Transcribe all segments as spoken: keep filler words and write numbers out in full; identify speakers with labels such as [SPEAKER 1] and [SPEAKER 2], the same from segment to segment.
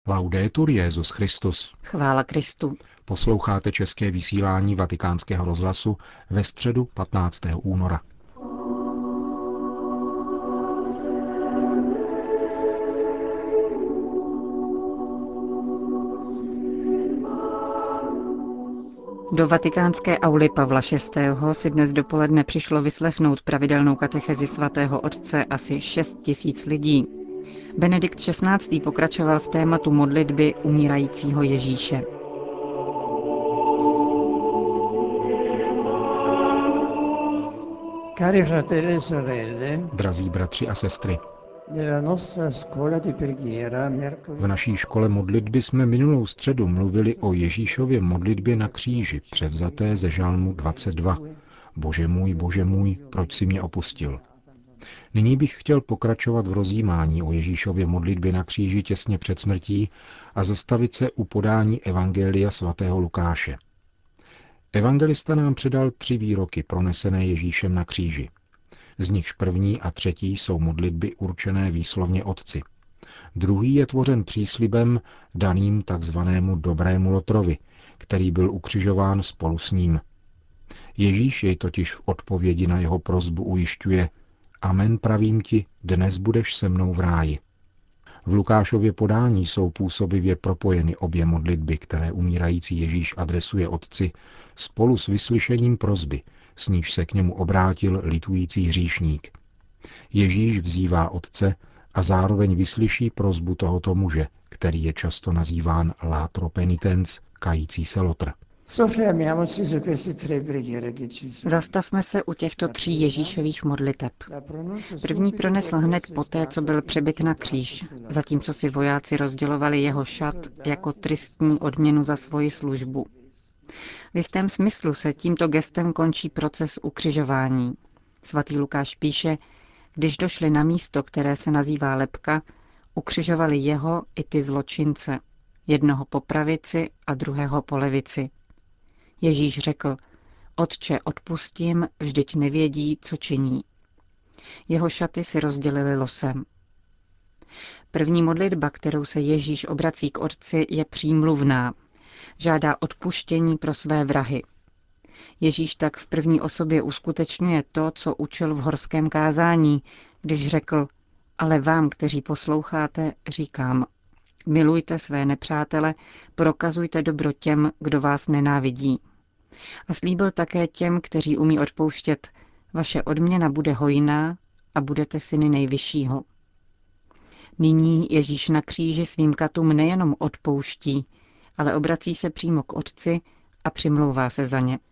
[SPEAKER 1] Laudetur Jesus Christus.
[SPEAKER 2] Chvála Kristu.
[SPEAKER 1] Posloucháte české vysílání Vatikánského rozhlasu ve středu patnáctého února.
[SPEAKER 2] Do vatikánské auly Pavla šestého. si dnes dopoledne přišlo vyslechnout pravidelnou katechezi svatého otce asi šest tisíc lidí. Benedikt šestnáctý. pokračoval v tématu modlitby umírajícího Ježíše.
[SPEAKER 3] Cari fratelli e sorelle,
[SPEAKER 1] Drazí bratři a sestry,
[SPEAKER 3] nella nostra scuola di preghiera
[SPEAKER 1] v naší škole modlitby jsme minulou středu mluvili o Ježíšově modlitbě na kříži, převzaté ze žalmu dvacet dva. Bože můj, Bože můj, proč jsi mě opustil? Nyní bych chtěl pokračovat v rozjímání o Ježíšově modlitbě na kříži těsně před smrtí a zastavit se u podání evangelia svatého Lukáše. Evangelista nám předal tři výroky pronesené Ježíšem na kříži. Z nichž první a třetí jsou modlitby určené výslovně Otci. Druhý je tvořen příslibem daným takzvanému dobrému Lotrovi, který byl ukřižován spolu s ním. Ježíš jej totiž v odpovědi na jeho prosbu ujišťuje: Amen, pravím ti, dnes budeš se mnou v ráji. V Lukášově podání jsou působivě propojeny obě modlitby, které umírající Ježíš adresuje Otci, spolu s vyslyšením prosby, s níž se k němu obrátil litující hříšník. Ježíš vzývá Otce a zároveň vyslyší prosbu tohoto muže, který je často nazýván latro penitens, kající se lotr.
[SPEAKER 2] Zastavme se u těchto tří Ježíšových modliteb. První pronesl hned poté, co byl přebyt na kříž, zatímco si vojáci rozdělovali jeho šat jako tristní odměnu za svoji službu. V jistém smyslu se tímto gestem končí proces ukřižování. Svatý Lukáš píše, když došli na místo, které se nazývá Lebka, ukřižovali jeho i ty zločince, jednoho po pravici a druhého po levici. Ježíš řekl, Otče, odpustím, vždyť nevědí, co činí. Jeho šaty si rozdělili losem. První modlitba, kterou se Ježíš obrací k Otci, je přímluvná. Žádá odpuštění pro své vrahy. Ježíš tak v první osobě uskutečňuje to, co učil v horském kázání, když řekl, ale vám, kteří posloucháte, říkám, milujte své nepřátele, prokazujte dobro těm, kdo vás nenávidí. A slíbil také těm, kteří umí odpouštět, vaše odměna bude hojná a budete syny nejvyššího. Nyní Ježíš na kříži svým katům nejenom odpouští, ale obrací se přímo k Otci a přimlouvá se za ně.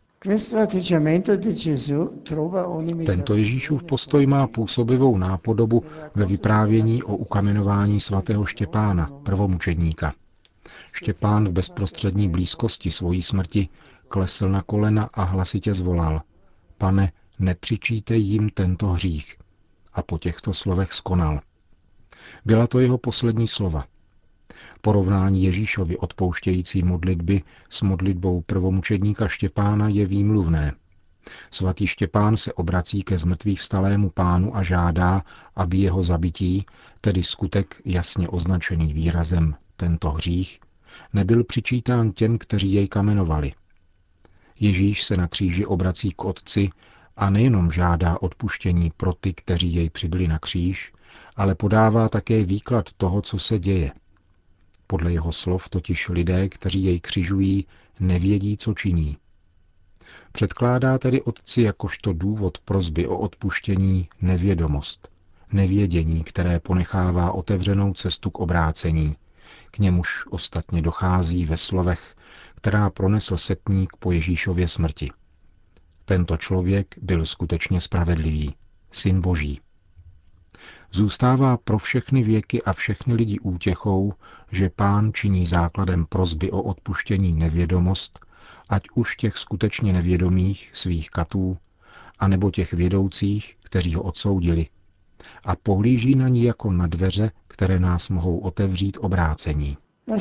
[SPEAKER 1] Tento Ježíšův postoj má působivou nápodobu ve vyprávění o ukamenování svatého Štěpána, prvomučedníka. Štěpán v bezprostřední blízkosti svojí smrti klesl na kolena a hlasitě zvolal: Pane, nepřičítej jim tento hřích. A po těchto slovech skonal. Byla to jeho poslední slova. Porovnání Ježíšovy odpouštějící modlitby s modlitbou prvomučedníka Štěpána je výmluvné. Svatý Štěpán se obrací ke zmrtvýchvstalému Pánu a žádá, aby jeho zabití, tedy skutek jasně označený výrazem tento hřích, nebyl přičítán těm, kteří jej kamenovali. Ježíš se na kříži obrací k Otci a nejenom žádá odpuštění pro ty, kteří jej přibyli na kříž, ale podává také výklad toho, co se děje. Podle jeho slov totiž lidé, kteří jej křižují, nevědí, co činí. Předkládá tedy Otci jakožto důvod prosby o odpuštění nevědomost, nevědění, které ponechává otevřenou cestu k obrácení, k němuž ostatně dochází ve slovech, která pronesl setník po Ježíšově smrti. Tento člověk byl skutečně spravedlivý, syn Boží. Zůstává pro všechny věky a všechny lidi útěchou, že Pán činí základem prosby o odpuštění nevědomost, ať už těch skutečně nevědomých svých katů, anebo těch vědoucích, kteří ho odsoudili, a pohlíží na ní jako na dveře, které nás mohou otevřít obrácení.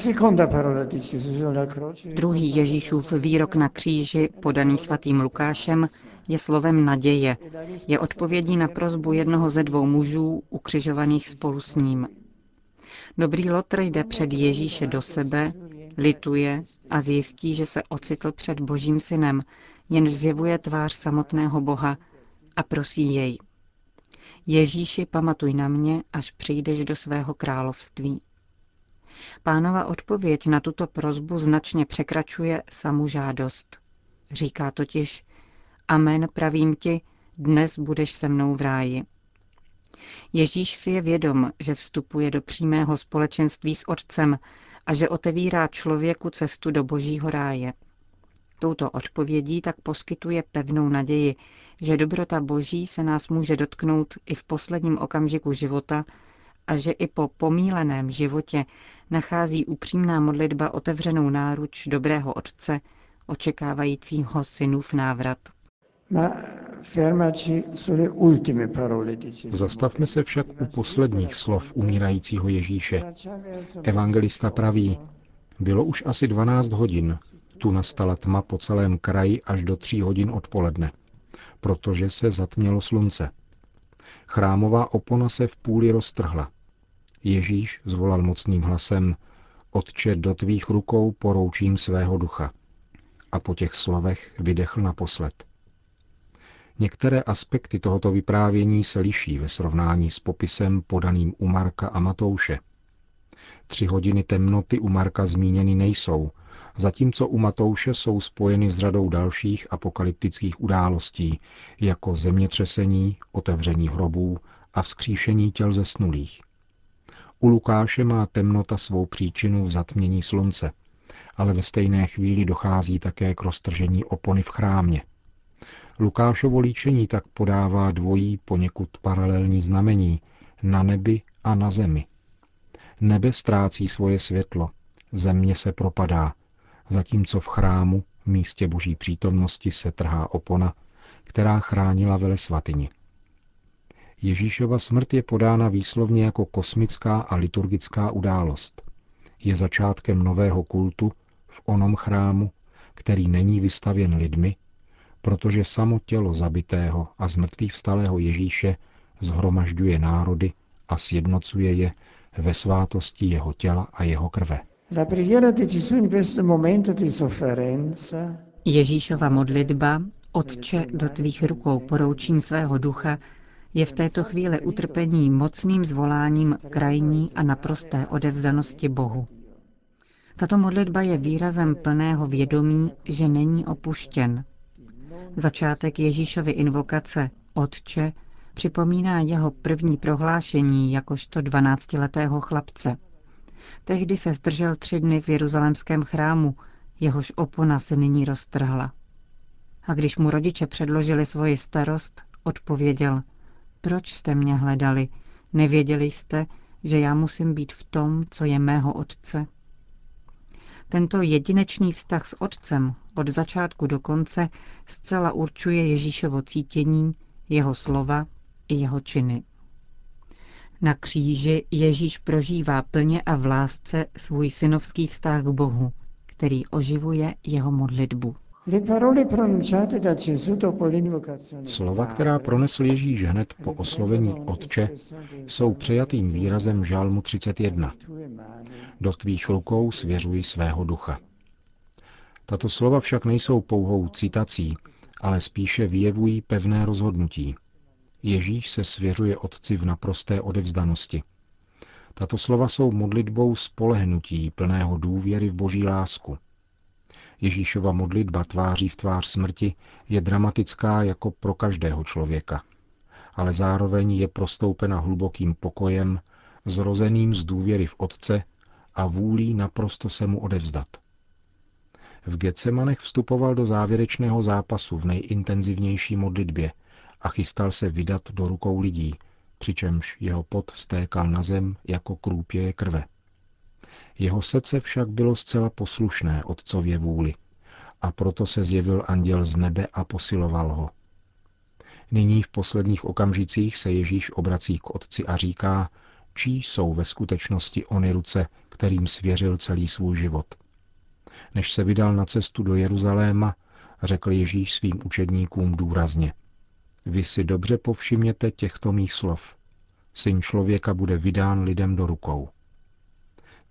[SPEAKER 2] Druhý Ježíšův výrok na kříži, podaný svatým Lukášem, je slovem naděje. Je odpovědí na prosbu jednoho ze dvou mužů, ukřižovaných spolu s ním. Dobrý lotr jde před Ježíše do sebe, lituje a zjistí, že se ocitl před Božím synem, jenž zjevuje tvář samotného Boha, a prosí jej: Ježíši, pamatuj na mě, až přijdeš do svého království. Pánova odpověď na tuto prosbu značně překračuje samu žádost. Říká totiž: Amen, pravím ti, dnes budeš se mnou v ráji. Ježíš si je vědom, že vstupuje do přímého společenství s Otcem a že otevírá člověku cestu do Božího ráje. Touto odpovědí tak poskytuje pevnou naději, že dobrota Boží se nás může dotknout i v posledním okamžiku života a že i po pomíleném životě nachází upřímná modlitba otevřenou náruč dobrého Otce, očekávajícího synův návrat.
[SPEAKER 1] Zastavme se však u posledních slov umírajícího Ježíše. Evangelista praví: Bylo už asi dvanáct hodin, tu nastala tma po celém kraji až do tří hodin odpoledne, protože se zatmělo slunce. Chrámová opona se v půli roztrhla. Ježíš zvolal mocným hlasem: Otče, do tvých rukou poroučím svého ducha. A po těch slovech vydechl naposled. Některé aspekty tohoto vyprávění se liší ve srovnání s popisem podaným u Marka a Matouše. Tři hodiny temnoty u Marka zmíněny nejsou, zatímco u Matouše jsou spojeny s řadou dalších apokalyptických událostí, jako zemětřesení, otevření hrobů a vzkříšení těl zesnulých. U Lukáše má temnota svou příčinu v zatmění slunce, ale ve stejné chvíli dochází také k roztržení opony v chrámě. Lukášovo líčení tak podává dvojí, poněkud paralelní znamení na nebi a na zemi. Nebe ztrácí svoje světlo, země se propadá, zatímco v chrámu, místě Boží přítomnosti, se trhá opona, která chránila velesvatyni. Ježíšova smrt je podána výslovně jako kosmická a liturgická událost. Je začátkem nového kultu v onom chrámu, který není vystavěn lidmi, protože samo tělo zabitého a zmrtvých vstalého Ježíše shromažďuje národy a sjednocuje je ve svátosti jeho těla a jeho krve.
[SPEAKER 2] Ježíšova modlitba: Otče, do tvých rukou poroučím svého ducha, je v této chvíli utrpení mocným zvoláním krajní a naprosté odevzdanosti Bohu. Tato modlitba je výrazem plného vědomí, že není opuštěn. Začátek Ježíšovy invokace Otče připomíná jeho první prohlášení jakožto dvanáctiletého chlapce. Tehdy se zdržel tři dny v jeruzalémském chrámu, jehož opona se nyní roztrhla. A když mu rodiče předložili svoji starost, odpověděl: Proč jste mě hledali? Nevěděli jste, že já musím být v tom, co je mého Otce? Tento jedinečný vztah s Otcem od začátku do konce zcela určuje Ježíšovo cítění, jeho slova i jeho činy. Na kříži Ježíš prožívá plně a v lásce svůj synovský vztah k Bohu, který oživuje jeho modlitbu.
[SPEAKER 1] Slova, která pronesl Ježíš hned po oslovení Otče, jsou přejatým výrazem Žalmu třicet jedna. Do tvých rukou svěřuji svého ducha. Tato slova však nejsou pouhou citací, ale spíše vyjevují pevné rozhodnutí. Ježíš se svěřuje Otci v naprosté odevzdanosti. Tato slova jsou modlitbou spolehnutí, plného důvěry v Boží lásku. Ježíšova modlitba tváří v tvář smrti je dramatická jako pro každého člověka, ale zároveň je prostoupena hlubokým pokojem, zrozeným z důvěry v Otce a vůlí naprosto se mu odevzdat. V Getsemanech vstupoval do závěrečného zápasu v nejintenzivnější modlitbě a chystal se vydat do rukou lidí, přičemž jeho pot stékal na zem jako krůpěje krve. Jeho srdce však bylo zcela poslušné Otcově vůli a proto se zjevil anděl z nebe a posiloval ho. Nyní v posledních okamžicích se Ježíš obrací k Otci a říká, čí jsou ve skutečnosti ony ruce, kterým svěřil celý svůj život. Než se vydal na cestu do Jeruzaléma, řekl Ježíš svým učedníkům důrazně: Vy si dobře povšimněte těchto mých slov. Syn člověka bude vydán lidem do rukou.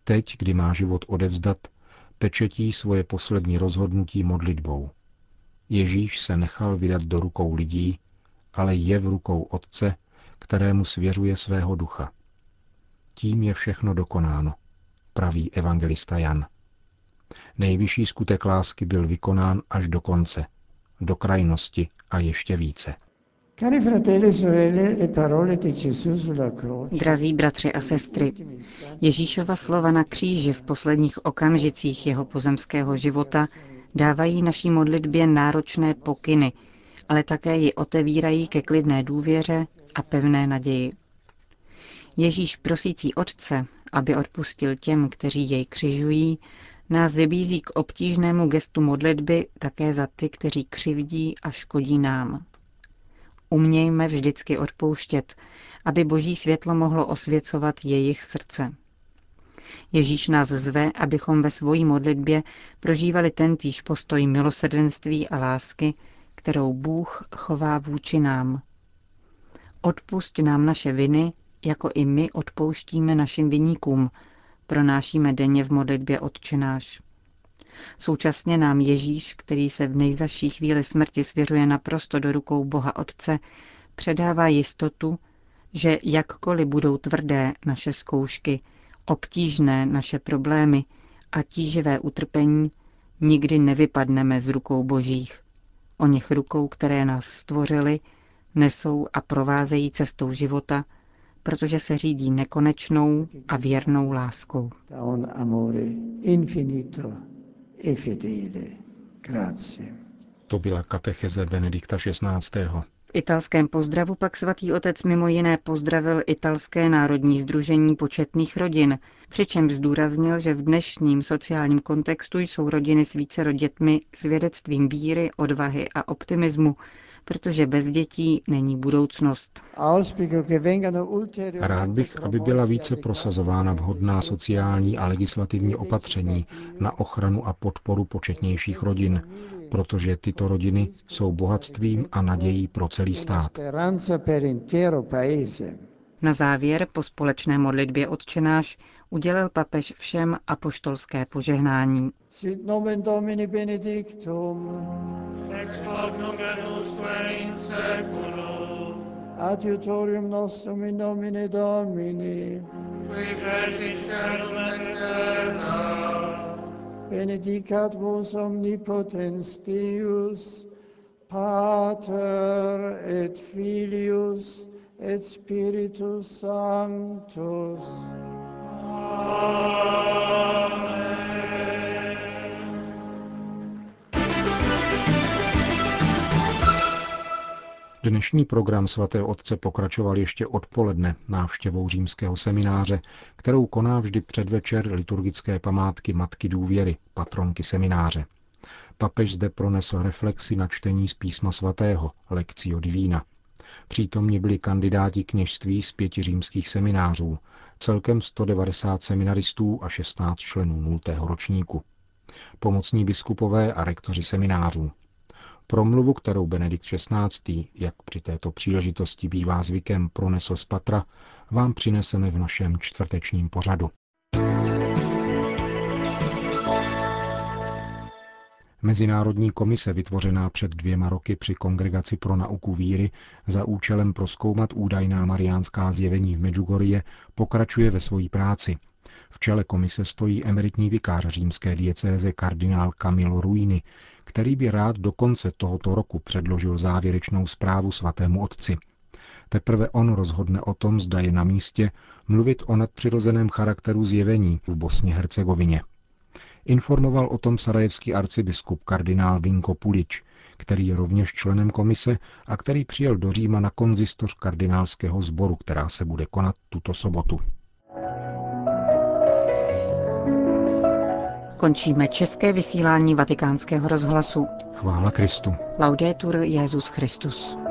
[SPEAKER 1] Teď, kdy má život odevzdat, pečetí svoje poslední rozhodnutí modlitbou. Ježíš se nechal vydat do rukou lidí, ale je v rukou Otce, kterému svěřuje svého ducha. Tím je všechno dokonáno, praví evangelista Jan. Nejvyšší skutek lásky byl vykonán až do konce, do krajnosti a ještě více.
[SPEAKER 2] Drazí bratři a sestry, Ježíšova slova na kříži v posledních okamžicích jeho pozemského života dávají naší modlitbě náročné pokyny, ale také ji otevírají ke klidné důvěře a pevné naději. Ježíš prosící Otce, aby odpustil těm, kteří jej křižují, nás vybízí k obtížnému gestu modlitby také za ty, kteří křivdí a škodí nám. Umějme vždycky odpouštět, aby Boží světlo mohlo osvěcovat jejich srdce. Ježíš nás zve, abychom ve svojí modlitbě prožívali tentýž postoj milosrdenství a lásky, kterou Bůh chová vůči nám. Odpusť nám naše viny, jako i my odpouštíme našim viníkům, pronášíme denně v modlitbě Otče náš. Současně nám Ježíš, který se v nejzazší chvíli smrti svěřuje naprosto do rukou Boha Otce, předává jistotu, že jakkoliv budou tvrdé naše zkoušky, obtížné naše problémy a tíživé utrpení, nikdy nevypadneme z rukou Božích. O něch rukou, které nás stvořily, nesou a provázejí cestou života, protože se řídí nekonečnou a věrnou láskou.
[SPEAKER 1] To byla katecheze Benedikta šestnáctého.
[SPEAKER 2] V italském pozdravu pak svatý otec mimo jiné pozdravil italské národní sdružení početných rodin, přičemž zdůraznil, že v dnešním sociálním kontextu jsou rodiny s vícero dětmi svědectvím víry, odvahy a optimismu, protože bez dětí není budoucnost.
[SPEAKER 1] Rád bych, aby byla více prosazována vhodná sociální a legislativní opatření na ochranu a podporu početnějších rodin, protože tyto rodiny jsou bohatstvím a nadějí pro celý stát.
[SPEAKER 2] Na závěr po společné modlitbě Otče náš udělil papež všem apoštolské požehnání.
[SPEAKER 3] Sit nomen Domini benedictum,
[SPEAKER 4] Ex hoc nunc et usque in seculum,
[SPEAKER 3] adiutorium nostrum in nomine Domini,
[SPEAKER 4] qui fecit caelum et terra,
[SPEAKER 3] benedicat vos omnipotens Deus, Pater et Filius et Spiritus Sanctus.
[SPEAKER 1] Dnešní program svatého otce pokračoval ještě odpoledne návštěvou římského semináře, kterou koná vždy předvečer liturgické památky Matky důvěry, patronky semináře. Papež zde pronesl reflexi na čtení z písma svatého, Lectio Divina. Přítomni byli kandidáti kněžství z pěti římských seminářů, celkem sto devadesát seminaristů a šestnáct členů nultého ročníku. Pomocní biskupové a rektoři seminářů. Promluvu, kterou Benedikt šestnáctý, jak při této příležitosti bývá zvykem, pronesl z patra, vám přineseme v našem čtvrtečním pořadu. Mezinárodní komise vytvořená před dvěma roky při Kongregaci pro nauku víry za účelem prozkoumat údajná mariánská zjevení v Medjugorje pokračuje ve své práci. V čele komise stojí emeritní vikář římské diecéze kardinál Camillo Ruini, který by rád do konce tohoto roku předložil závěrečnou zprávu svatému otci. Teprve on rozhodne o tom, zda je na místě mluvit o nadpřirozeném charakteru zjevení v Bosně-Hercegovině. Informoval o tom sarajevský arcibiskup kardinál Vinko Pulič, který je rovněž členem komise a který přijel do Říma na konzistoř kardinálského sboru, která se bude konat tuto sobotu.
[SPEAKER 2] Končíme české vysílání Vatikánského rozhlasu.
[SPEAKER 1] Chvála Kristu.
[SPEAKER 2] Laudetur Jesus Christus.